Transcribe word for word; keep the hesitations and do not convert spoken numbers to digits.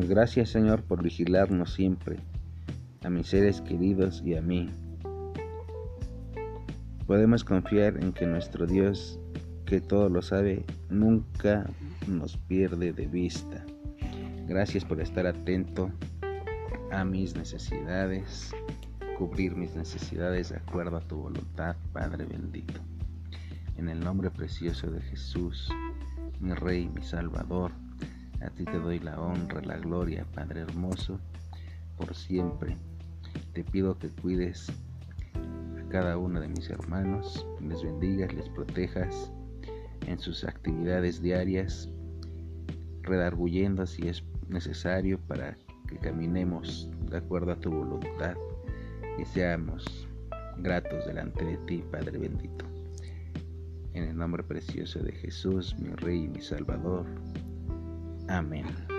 damos gracias, Señor, por vigilarnos siempre, a mis seres queridos y a mí. Podemos confiar en que nuestro Dios, que todo lo sabe, nunca nos pierde de vista. Gracias por estar atento a mis necesidades, cubrir mis necesidades de acuerdo a tu voluntad, Padre bendito. En el nombre precioso de Jesús, mi Rey, mi Salvador, a ti te doy la honra, la gloria, Padre hermoso, por siempre. Te pido que cuides a cada uno de mis hermanos, les bendigas, les protejas en sus actividades diarias, redarguyendo si es necesario para que caminemos de acuerdo a tu voluntad y seamos gratos delante de ti, Padre bendito. En el nombre precioso de Jesús, mi Rey y mi Salvador. Amén.